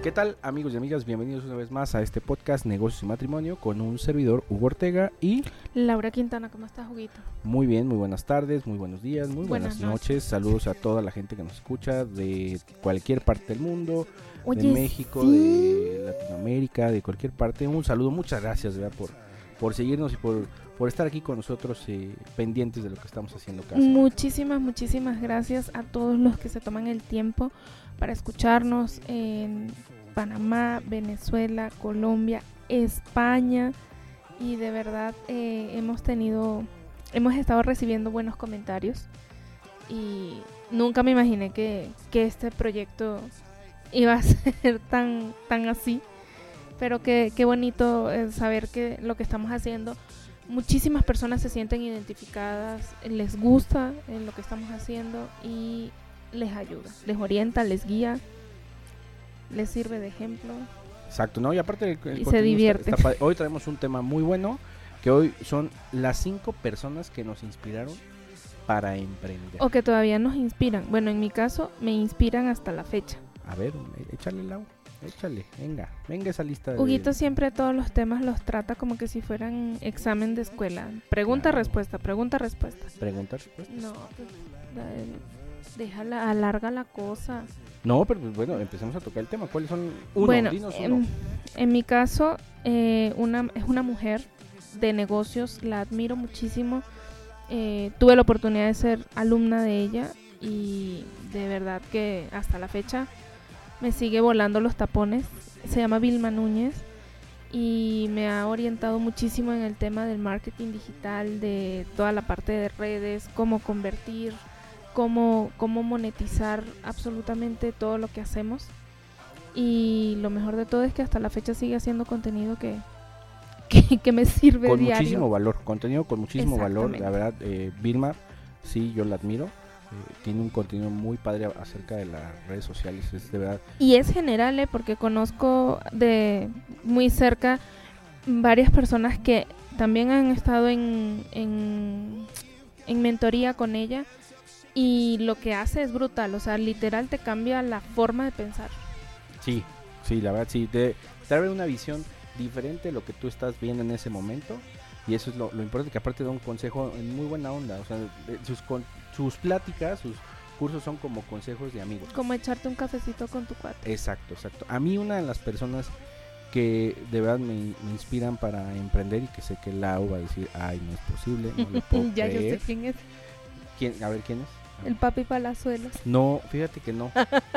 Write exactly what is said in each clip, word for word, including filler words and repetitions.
¿Qué tal, amigos y amigas? Bienvenidos una vez más a este podcast Negocios y Matrimonio con un servidor, Hugo Ortega y... Laura Quintana. ¿Cómo estás, Huguito? Muy bien, muy buenas tardes, muy buenos días, muy buenas, Buenas noches. noches. Saludos a toda la gente que nos escucha de cualquier parte del mundo, Oye, de México, sí. de Latinoamérica, de cualquier parte. Un saludo, muchas gracias, ¿verdad? por por seguirnos y por, por estar aquí con nosotros eh, pendientes de lo que estamos haciendo cada semana. Muchísimas, muchísimas gracias a todos los que se toman el tiempo para escucharnos en Panamá, Venezuela, Colombia, España, y de verdad eh, hemos tenido, hemos estado recibiendo buenos comentarios y nunca me imaginé que, que este proyecto iba a ser tan, tan así, pero qué qué bonito eh, saber que lo que estamos haciendo, muchísimas personas se sienten identificadas, les gusta eh, lo que estamos haciendo y les ayuda, les orienta, les guía, les sirve de ejemplo. Exacto, ¿no? Y aparte el, el Y se contenido divierte. está- está padre. Hoy traemos un tema muy bueno, que hoy son las cinco personas que nos inspiraron para emprender. O que todavía nos inspiran. Bueno, en mi caso, me inspiran hasta la fecha. A ver, échale, Lau, échale, venga, venga esa lista de... Huguito siempre todos los temas los trata como que si fueran examen de escuela. Pregunta, Claro. respuesta, pregunta, respuesta. Preguntar, respuestas. No, pues, da- déjala, alarga la cosa. No, pero pues, bueno, empecemos a tocar el tema. ¿Cuáles son? Uno, bueno, dinos en, uno. en mi caso, eh, una, es una mujer de negocios, la admiro muchísimo. Eh, tuve la oportunidad de ser alumna de ella y de verdad que hasta la fecha me sigue volando los tapones. Se llama Vilma Núñez y me ha orientado muchísimo en el tema del marketing digital, de toda la parte de redes, cómo convertir, cómo, cómo monetizar absolutamente todo lo que hacemos. Y lo mejor de todo es que hasta la fecha sigue haciendo contenido que, que, que me sirve Con diario. muchísimo valor, contenido con muchísimo valor. La Exactamente. verdad, eh, Vilma, sí, yo la admiro. Eh, tiene un contenido muy padre a- acerca de las redes sociales. Es de verdad. Y es general, ¿eh? Porque conozco de muy cerca varias personas que también han estado en, en, en mentoría con ella y lo que hace es brutal, o sea, literal te cambia la forma de pensar. Sí, sí, la verdad, sí. Te, te abre una visión diferente de lo que tú estás viendo en ese momento. Y eso es lo, lo importante, que aparte da un consejo en muy buena onda. O sea, de- sus, con, sus pláticas, sus cursos son como consejos de amigos. Como echarte un cafecito con tu cuate. Exacto, exacto. A mí una de las personas que de verdad me, me inspiran para emprender y que sé que Lau va a decir, ay, no es posible, no lo puedo Ya yo sé creer. quién es, ¿Quién? A ver, ¿quién es? el papi Palazuelos. No, fíjate que no.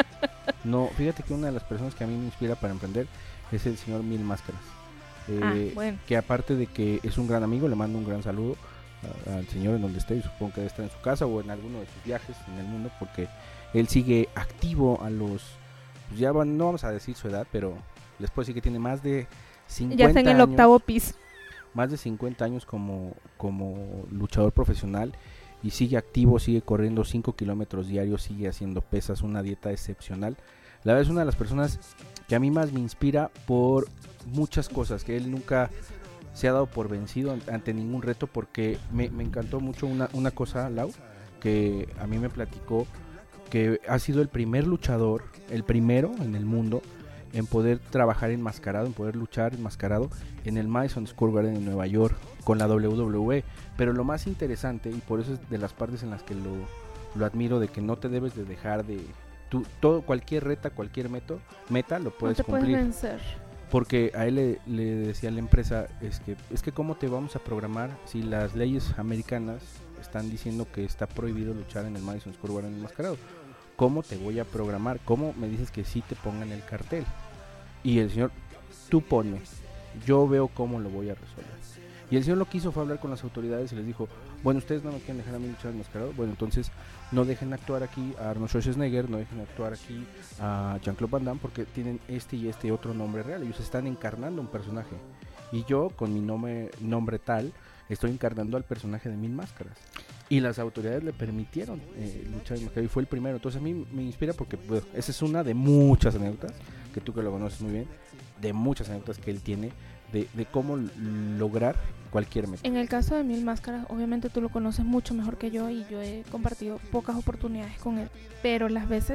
No, fíjate que una de las personas que a mí me inspira para emprender es el señor Mil Máscaras. Eh, Ah, bueno. Que aparte de que es un gran amigo, le mando un gran saludo a- al señor en donde esté. Supongo que debe estar en su casa o en alguno de sus viajes en el mundo, porque él sigue activo a los, pues ya van, no vamos a decir su edad, pero les puedo decir que tiene más de cincuenta Ya está en el años, octavo piso. más de cincuenta años como, como luchador profesional, y sigue activo, sigue corriendo cinco kilómetros diarios, sigue haciendo pesas, una dieta excepcional. La verdad es una de las personas que a mí más me inspira por muchas cosas, que él nunca se ha dado por vencido an- ante ningún reto, porque me, me encantó mucho una, una cosa, Lau, que a mí me platicó, que ha sido el primer luchador, el primero en el mundo en poder trabajar enmascarado, en poder luchar enmascarado en el Madison Square Garden en Nueva York con la doble u doble u E. Pero lo más interesante, y por eso es de las partes en las que lo, lo admiro, de que no te debes de dejar de... Tú, todo, cualquier reta, cualquier meto, meta lo No puedes te puedes cumplir. vencer. Porque a él le, le decía a la empresa, es que es que cómo te vamos a programar si las leyes americanas están diciendo que está prohibido luchar en el Madison Square Garden enmascarado. ¿Cómo te voy a programar? ¿Cómo me dices que sí te pongan el cartel? Y el señor, tú ponme, yo veo cómo lo voy a resolver. Y el señor lo que hizo fue hablar con las autoridades y les dijo, bueno, ustedes no me quieren dejar a mí luchar enmascarado, bueno, entonces no dejen actuar aquí a Arnold Schwarzenegger, no dejen actuar aquí a Jean-Claude Van Damme, porque tienen este y este otro nombre real, ellos están encarnando un personaje. Y yo, con mi nombre, nombre tal, estoy encarnando al personaje de Mil Máscaras. Y las autoridades le permitieron eh, luchar enmascarado y fue el primero. Entonces a mí me inspira porque bueno, esa es una de muchas anécdotas, que tú que lo conoces muy bien, de muchas anécdotas que él tiene de, de cómo l- lograr cualquier meta. En el caso de Mil Máscaras, obviamente tú lo conoces mucho mejor que yo y yo he compartido pocas oportunidades con él, pero las veces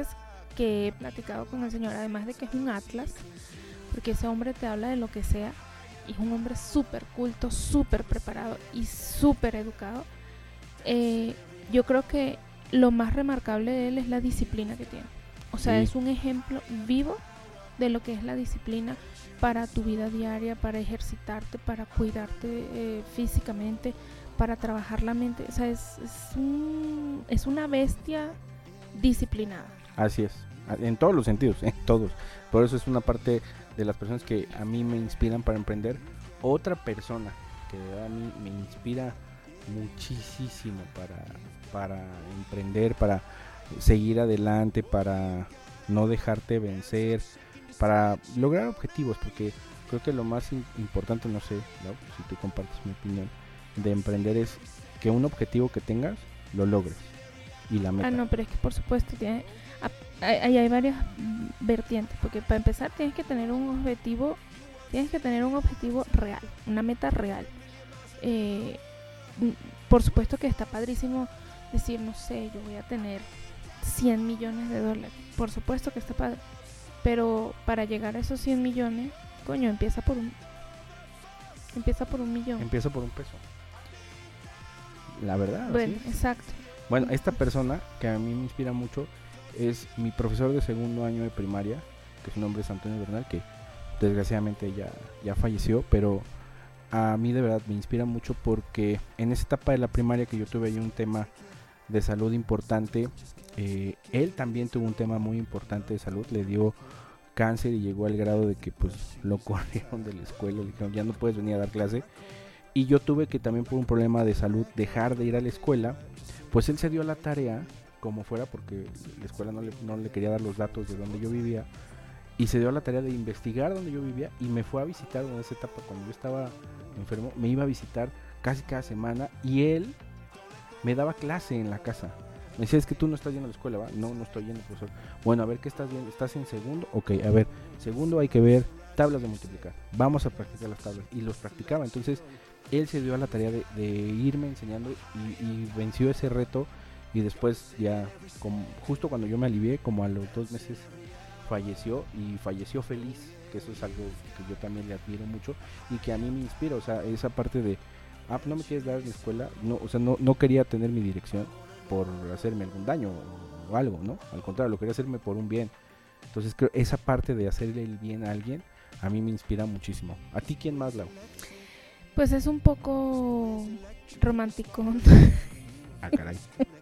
que he platicado con el Señor, además de que es un atlas, porque ese hombre te habla de lo que sea, y es un hombre súper culto, súper preparado y súper educado. Eh, yo creo que lo más remarcable de él es la disciplina que tiene. O sea, sí. Es un ejemplo vivo de lo que es la disciplina para tu vida diaria, para ejercitarte, para cuidarte eh, físicamente, para trabajar la mente. O sea, es, es, un, es una bestia disciplinada. Así es, en todos los sentidos, en todos. Por eso es una parte de las personas que a mí me inspiran para emprender. Otra persona que a mí me inspira muchísimo para, para emprender, para seguir adelante, para no dejarte vencer, para lograr objetivos, porque creo que lo más in- importante, no sé, ¿no? Si tú compartes mi opinión, de emprender es que un objetivo que tengas, lo logres. Y la meta. Ah, no, pero es que por supuesto tiene, hay, hay varias vertientes, porque para empezar tienes que tener un objetivo, tienes que tener un objetivo real, una meta real. Eh, por supuesto que está padrísimo decir, no sé, yo voy a tener cien millones de dólares, por supuesto que está padre, pero para llegar a esos cien millones, coño, empieza por un empieza por un millón. Empieza por un peso. La verdad. Bueno, ¿sí? Exacto. Bueno, esta persona que a mí me inspira mucho es mi profesor de segundo año de primaria, que su nombre es Antonio Bernal, que desgraciadamente ya, ya falleció, pero a mí de verdad me inspira mucho porque en esa etapa de la primaria que yo tuve ahí un tema de salud importante, eh, él también tuvo un tema muy importante de salud, le dio cáncer y llegó al grado de que pues lo corrieron de la escuela, le dijeron ya no puedes venir a dar clase, y yo tuve que también por un problema de salud dejar de ir a la escuela. Pues él se dio la tarea, como fuera, porque la escuela no le, no le quería dar los datos de donde yo vivía, y se dio la tarea de investigar donde yo vivía, y me fue a visitar en esa etapa cuando yo estaba enfermo, me iba a visitar casi cada semana, y él me daba clase en la casa. Me decía, es que tú no estás yendo a la escuela, ¿va? No, no estoy yendo, profesor. Bueno, a ver, ¿qué estás viendo? ¿Estás en segundo? Ok, a ver, segundo hay que ver tablas de multiplicar. Vamos a practicar las tablas. Y los practicaba, entonces él se dio a la tarea de, de irme enseñando y, y venció ese reto, y después ya, como, justo cuando yo me alivié, como a los dos meses falleció, y falleció feliz, que eso es algo que yo también le admiro mucho y que a mí me inspira. O sea, esa parte de, ah, no me quieres dar en la escuela, no, o sea, no, no quería tener mi dirección por hacerme algún daño o, o algo, ¿no? Al contrario, lo quería hacerme por un bien. Entonces creo esa parte de hacerle el bien a alguien a mí me inspira muchísimo. ¿A ti quién más, Lau? Pues es un poco romántico. Ah, caray.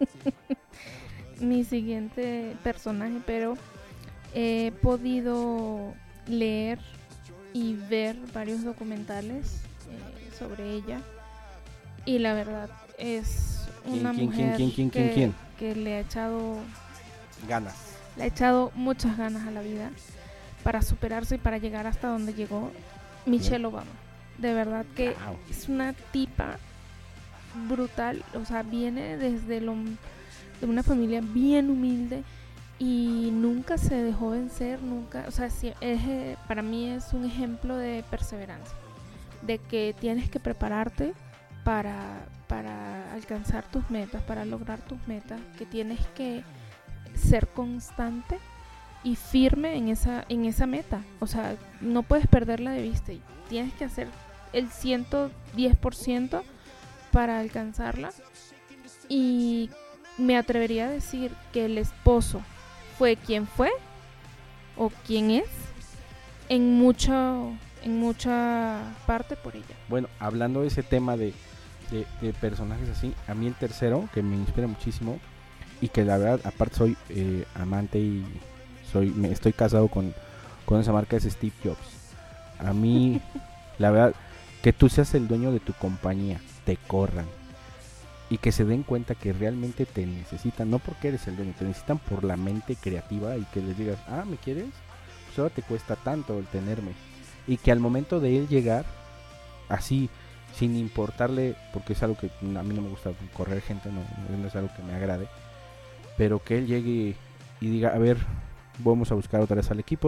Mi siguiente personaje, pero he podido leer y ver varios documentales eh, sobre ella, y la verdad es una ¿Quién, mujer quién, quién, quién, que, quién? que le ha echado ganas. Le ha echado muchas ganas a la vida para superarse y para llegar hasta donde llegó. Michelle Obama. De verdad que wow. Es una tipa brutal. O sea, viene desde lo, de una familia bien humilde y nunca se dejó vencer, nunca. O sea, si, es, para mí es un ejemplo de perseverancia, de que tienes que prepararte para, para alcanzar tus metas, para lograr tus metas, que tienes que ser constante y firme en esa en esa meta. O sea, no puedes perderla de vista y tienes que hacer el ciento diez por ciento para alcanzarla. Y me atrevería a decir que el esposo fue quien fue o quien es en mucho en mucha parte por ella. Bueno, hablando de ese tema de, de, de personajes así, a mí el tercero que me inspira muchísimo y que la verdad aparte soy eh, amante y soy me estoy casado con, con esa marca, es Steve Jobs. A mí la verdad que tú seas el dueño de tu compañía, te corran y que se den cuenta que realmente te necesitan, no porque eres el dueño, te necesitan por la mente creativa, y que les digas, ah, ¿me quieres? Pues ahora te cuesta tanto el tenerme, y que al momento de él llegar así, sin importarle, porque es algo que a mí no me gusta correr gente, no, no es algo que me agrade, pero que él llegue y diga, a ver, vamos a buscar otra vez al equipo,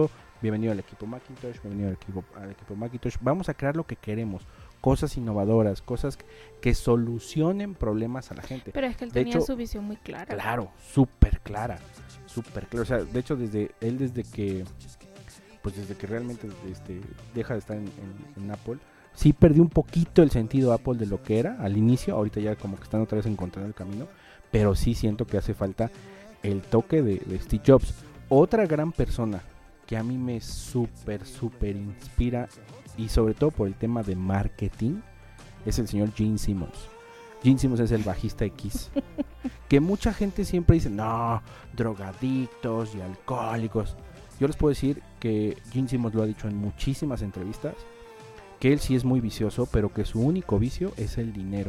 bienvenido al equipo Macintosh, bienvenido al equipo, al equipo Macintosh, vamos a crear lo que queremos, cosas innovadoras, cosas que, que solucionen problemas a la gente. Pero es que él de tenía hecho, su visión muy clara. Claro, súper clara, súper clara, o sea, de hecho desde él desde que, pues desde que realmente este, deja de estar en, en, en Apple, sí perdió un poquito el sentido Apple de lo que era al inicio, ahorita ya como que están otra vez encontrando el camino, pero sí siento que hace falta el toque de, de Steve Jobs. Otra gran persona que a mí me súper, súper inspira, y sobre todo por el tema de marketing, es el señor Gene Simmons. Gene Simmons es el bajista de Kiss. Que mucha gente siempre dice, no, drogadictos y alcohólicos. Yo les puedo decir que Gene Simmons lo ha dicho en muchísimas entrevistas, que él sí es muy vicioso, pero que su único vicio es el dinero.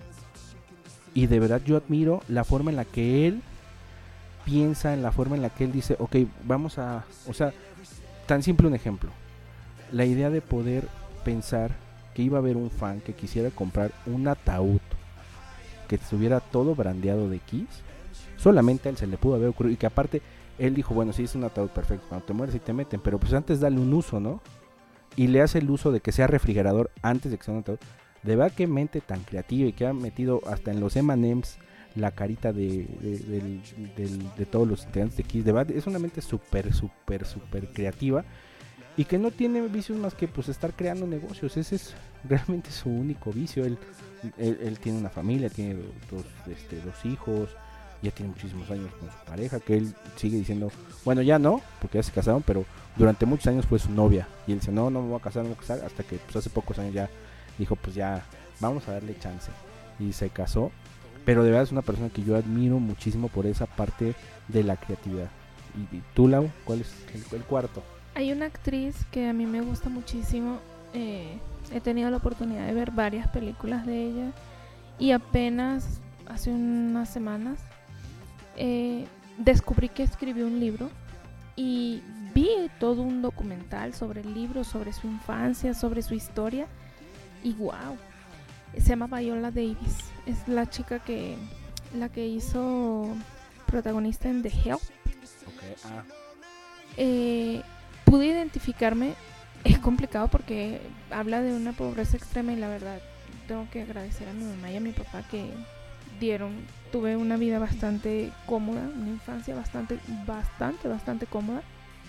Y de verdad yo admiro la forma en la que él piensa, en la forma en la que él dice, ok, vamos a, o sea, tan simple un ejemplo, la idea de poder pensar que iba a haber un fan que quisiera comprar un ataúd que estuviera todo brandeado de Kiss, solamente a él se le pudo haber ocurrido, y que aparte él dijo, bueno, sí es un ataúd perfecto, cuando te mueres y te meten, pero pues antes dale un uso, ¿no? Y le hace el uso de que sea refrigerador antes de que sea un ataúd. De verdad que mente tan creativa, y que ha metido hasta en los eme and eme's la carita de, de, de, de, de todos los integrantes de Kiss. De verdad es una mente súper, súper, súper creativa, y que no tiene vicios más que pues estar creando negocios. Ese es realmente su único vicio. Él, él, él tiene una familia, tiene dos, este, dos hijos, ya tiene muchísimos años con su pareja, que él sigue diciendo, bueno, ya no, porque ya se casaron, pero durante muchos años fue su novia, y él dice, no, no me voy a casar, no me voy a casar, hasta que pues hace pocos años ya dijo, pues ya, vamos a darle chance, y se casó. Pero de verdad es una persona que yo admiro muchísimo por esa parte de la creatividad. ¿Y, y tú, Lau, cuál es el, el cuarto? Hay una actriz que a mí me gusta muchísimo, eh, he tenido la oportunidad de ver varias películas de ella, y apenas hace unas semanas eh, descubrí que escribió un libro, y vi todo un documental sobre el libro, sobre su infancia, sobre su historia, y wow, se llama Viola Davis, es la chica que la que hizo protagonista en The Help. Okay, ah. eh, pude identificarme. Es complicado porque habla de una pobreza extrema, y la verdad tengo que agradecer a mi mamá y a mi papá que dieron, tuve una vida bastante cómoda, una infancia bastante, bastante, bastante cómoda,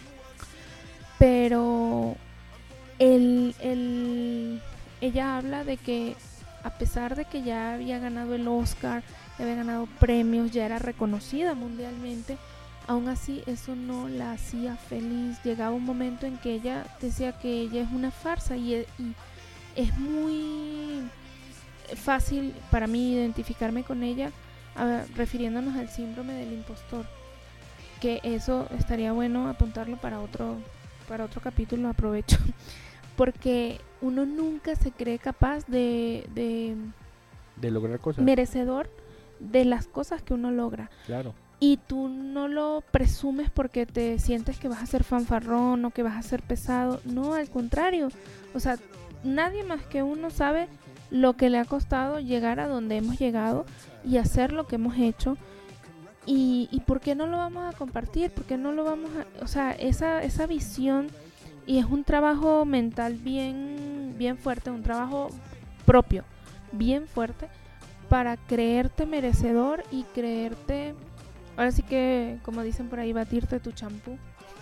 pero el, el, ella habla de que a pesar de que ya había ganado el Oscar, ya había ganado premios, ya era reconocida mundialmente, aún así eso no la hacía feliz. Llegaba un momento en que ella decía que ella es una farsa, y, y es muy fácil para mí identificarme con ella, a, refiriéndonos al síndrome del impostor, que eso estaría bueno apuntarlo para otro, para otro capítulo, aprovecho, porque uno nunca se cree capaz de, de, de lograr cosas, merecedor de las cosas que uno logra. Claro. Y tú no lo presumes porque te sientes que vas a ser fanfarrón o que vas a ser pesado. No, al contrario. O sea, nadie más que uno sabe lo que le ha costado llegar a donde hemos llegado y hacer lo que hemos hecho. Y, y ¿por qué no lo vamos a compartir? ¿Por qué no lo vamos a...? O sea, esa, esa visión, y es un trabajo mental bien, bien fuerte, un trabajo propio, bien fuerte, para creerte merecedor y creerte... Ahora sí que, como dicen por ahí, batirte tu champú.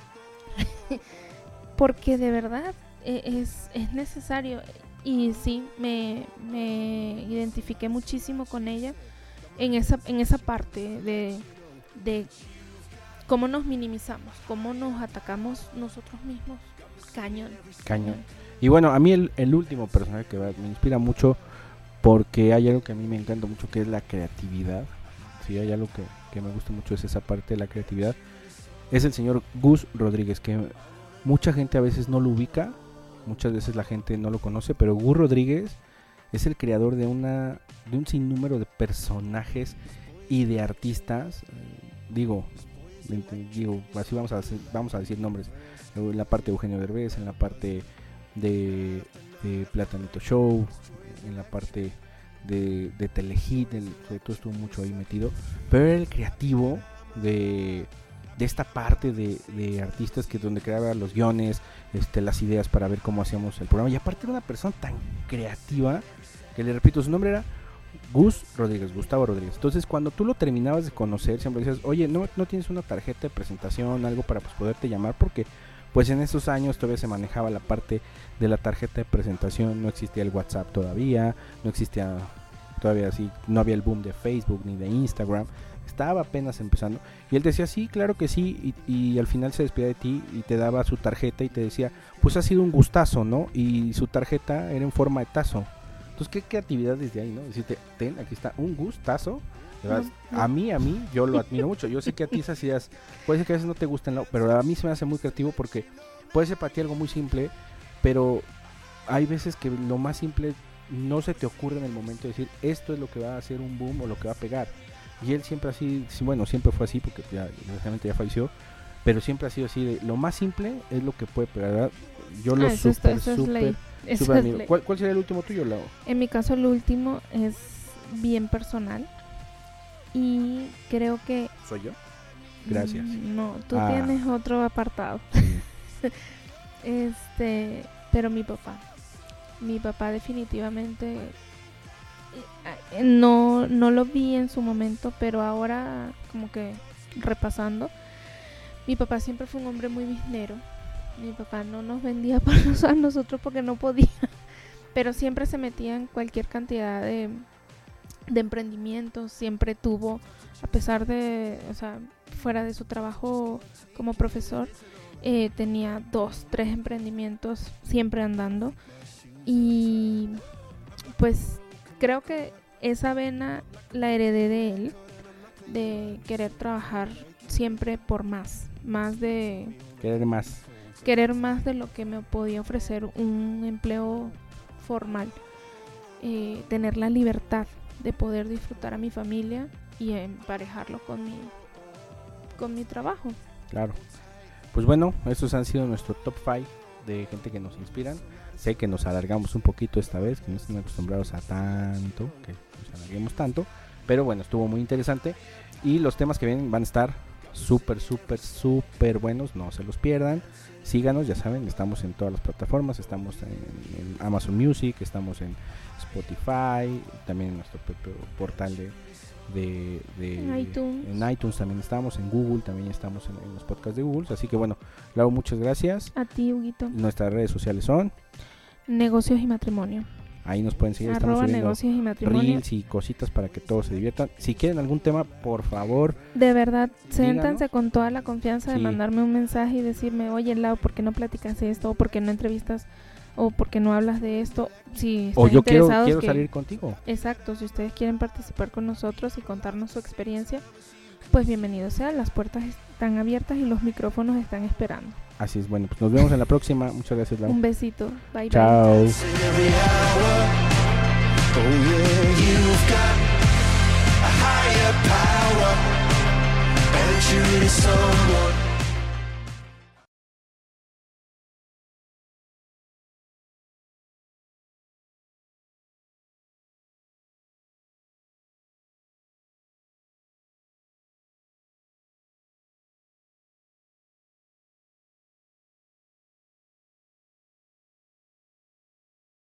Porque de verdad es, es necesario. Y sí, me, me identifiqué muchísimo con ella en esa, en esa parte de, de cómo nos minimizamos, cómo nos atacamos nosotros mismos. Cañón. Cañón. Y bueno, a mí el, el último personaje que va, me inspira mucho, porque hay algo que a mí me encanta mucho, que es la creatividad. Sí, hay algo que, que me gusta mucho, es esa parte de la creatividad. Es el señor Gus Rodríguez, que mucha gente a veces no lo ubica, muchas veces la gente no lo conoce, pero Gus Rodríguez es el creador de una de un sinnúmero de personajes y de artistas. Eh, digo, digo, así vamos a hacer, vamos a decir nombres. En la parte de Eugenio Derbez, en la parte de, de Platanito Show, en la parte de, de Telehit, el, sobre todo estuvo mucho ahí metido, pero era el creativo de, de esta parte de, de artistas que donde creaba los guiones, este, las ideas para ver cómo hacíamos el programa. Y aparte era una persona tan creativa que, le repito, su nombre era Gus Rodríguez, Gustavo Rodríguez. Entonces cuando tú lo terminabas de conocer, siempre decías, oye, ¿no, no tienes una tarjeta de presentación, algo para pues, poderte llamar? Porque pues en esos años todavía se manejaba la parte de la tarjeta de presentación, no existía el WhatsApp todavía, no existía todavía así, no había el boom de Facebook ni de Instagram, estaba apenas empezando. Y él decía, sí, claro que sí, y, y al final se despedía de ti y te daba su tarjeta y te decía, pues ha sido un gustazo, ¿no? Y su tarjeta era en forma de tazo. Entonces, qué creatividad desde ahí, ¿no? Decirte, ten, aquí está un gustazo. No, no. A mí, a mí, yo lo admiro mucho. Yo sé que a ti esas ideas, puede ser que a veces no te gusten, ¿no? Pero a mí se me hace muy creativo porque puede ser para ti algo muy simple, pero hay veces que lo más simple no se te ocurre en el momento de decir, esto es lo que va a hacer un boom o lo que va a pegar. Y él siempre así, bueno, siempre fue así porque ya, desgraciadamente ya falleció, pero siempre ha sido así de, lo más simple es lo que puede pegar, ¿verdad? Yo lo ah, súper, súper, súper admiro. ¿Cuál, ¿Cuál sería el último tuyo, Lau? En mi caso el último es bien personal. Y creo que... ¿Soy yo? Gracias. No, tú ah. tienes otro apartado. Sí. este, pero mi papá. Mi papá definitivamente... No, no lo vi en su momento, pero ahora como que repasando. Mi papá siempre fue un hombre muy biznero. Mi papá no nos vendía para a nosotros porque no podía. Pero siempre se metía en cualquier cantidad de... de emprendimientos, siempre tuvo, a pesar de, o sea, fuera de su trabajo como profesor, eh, tenía dos, tres emprendimientos siempre andando, y pues creo que esa vena la heredé de él, de querer trabajar siempre por más, más de... Querer más. Querer más de lo que me podía ofrecer un empleo formal, eh, tener la libertad de poder disfrutar a mi familia y emparejarlo con mi con mi trabajo. Claro. Pues bueno, estos han sido nuestro top cinco de gente que nos inspiran. Sé que nos alargamos un poquito esta vez, que no están acostumbrados a tanto, que nos alarguemos tanto, pero bueno, estuvo muy interesante y los temas que vienen van a estar súper, súper, súper buenos, no se los pierdan. Síganos, ya saben, estamos en todas las plataformas, estamos en, en Amazon Music, estamos en Spotify, también en nuestro portal de, de, de iTunes. En iTunes también estamos, en Google también estamos en, en los podcasts de Google, así que bueno, Lau, muchas gracias. A ti, Huguito. Nuestras redes sociales son Negocios y Matrimonio. Ahí nos pueden seguir, Arroba estamos negocios y matrimonio. Reels y cositas para que todos se diviertan. Si quieren algún tema, por favor, de verdad, siéntanse con toda la confianza sí. de mandarme un mensaje y decirme, oye, Lau, ¿por qué no platicas esto? ¿O por qué no entrevistas? ¿O por qué no hablas de esto? Si o yo quiero, quiero que, salir contigo. Exacto, si ustedes quieren participar con nosotros y contarnos su experiencia, pues bienvenidos sean, las puertas están abiertas y los micrófonos están esperando. Así es, bueno, pues nos vemos en la próxima. Muchas gracias, Lau. Un besito, bye. Chao. Bye.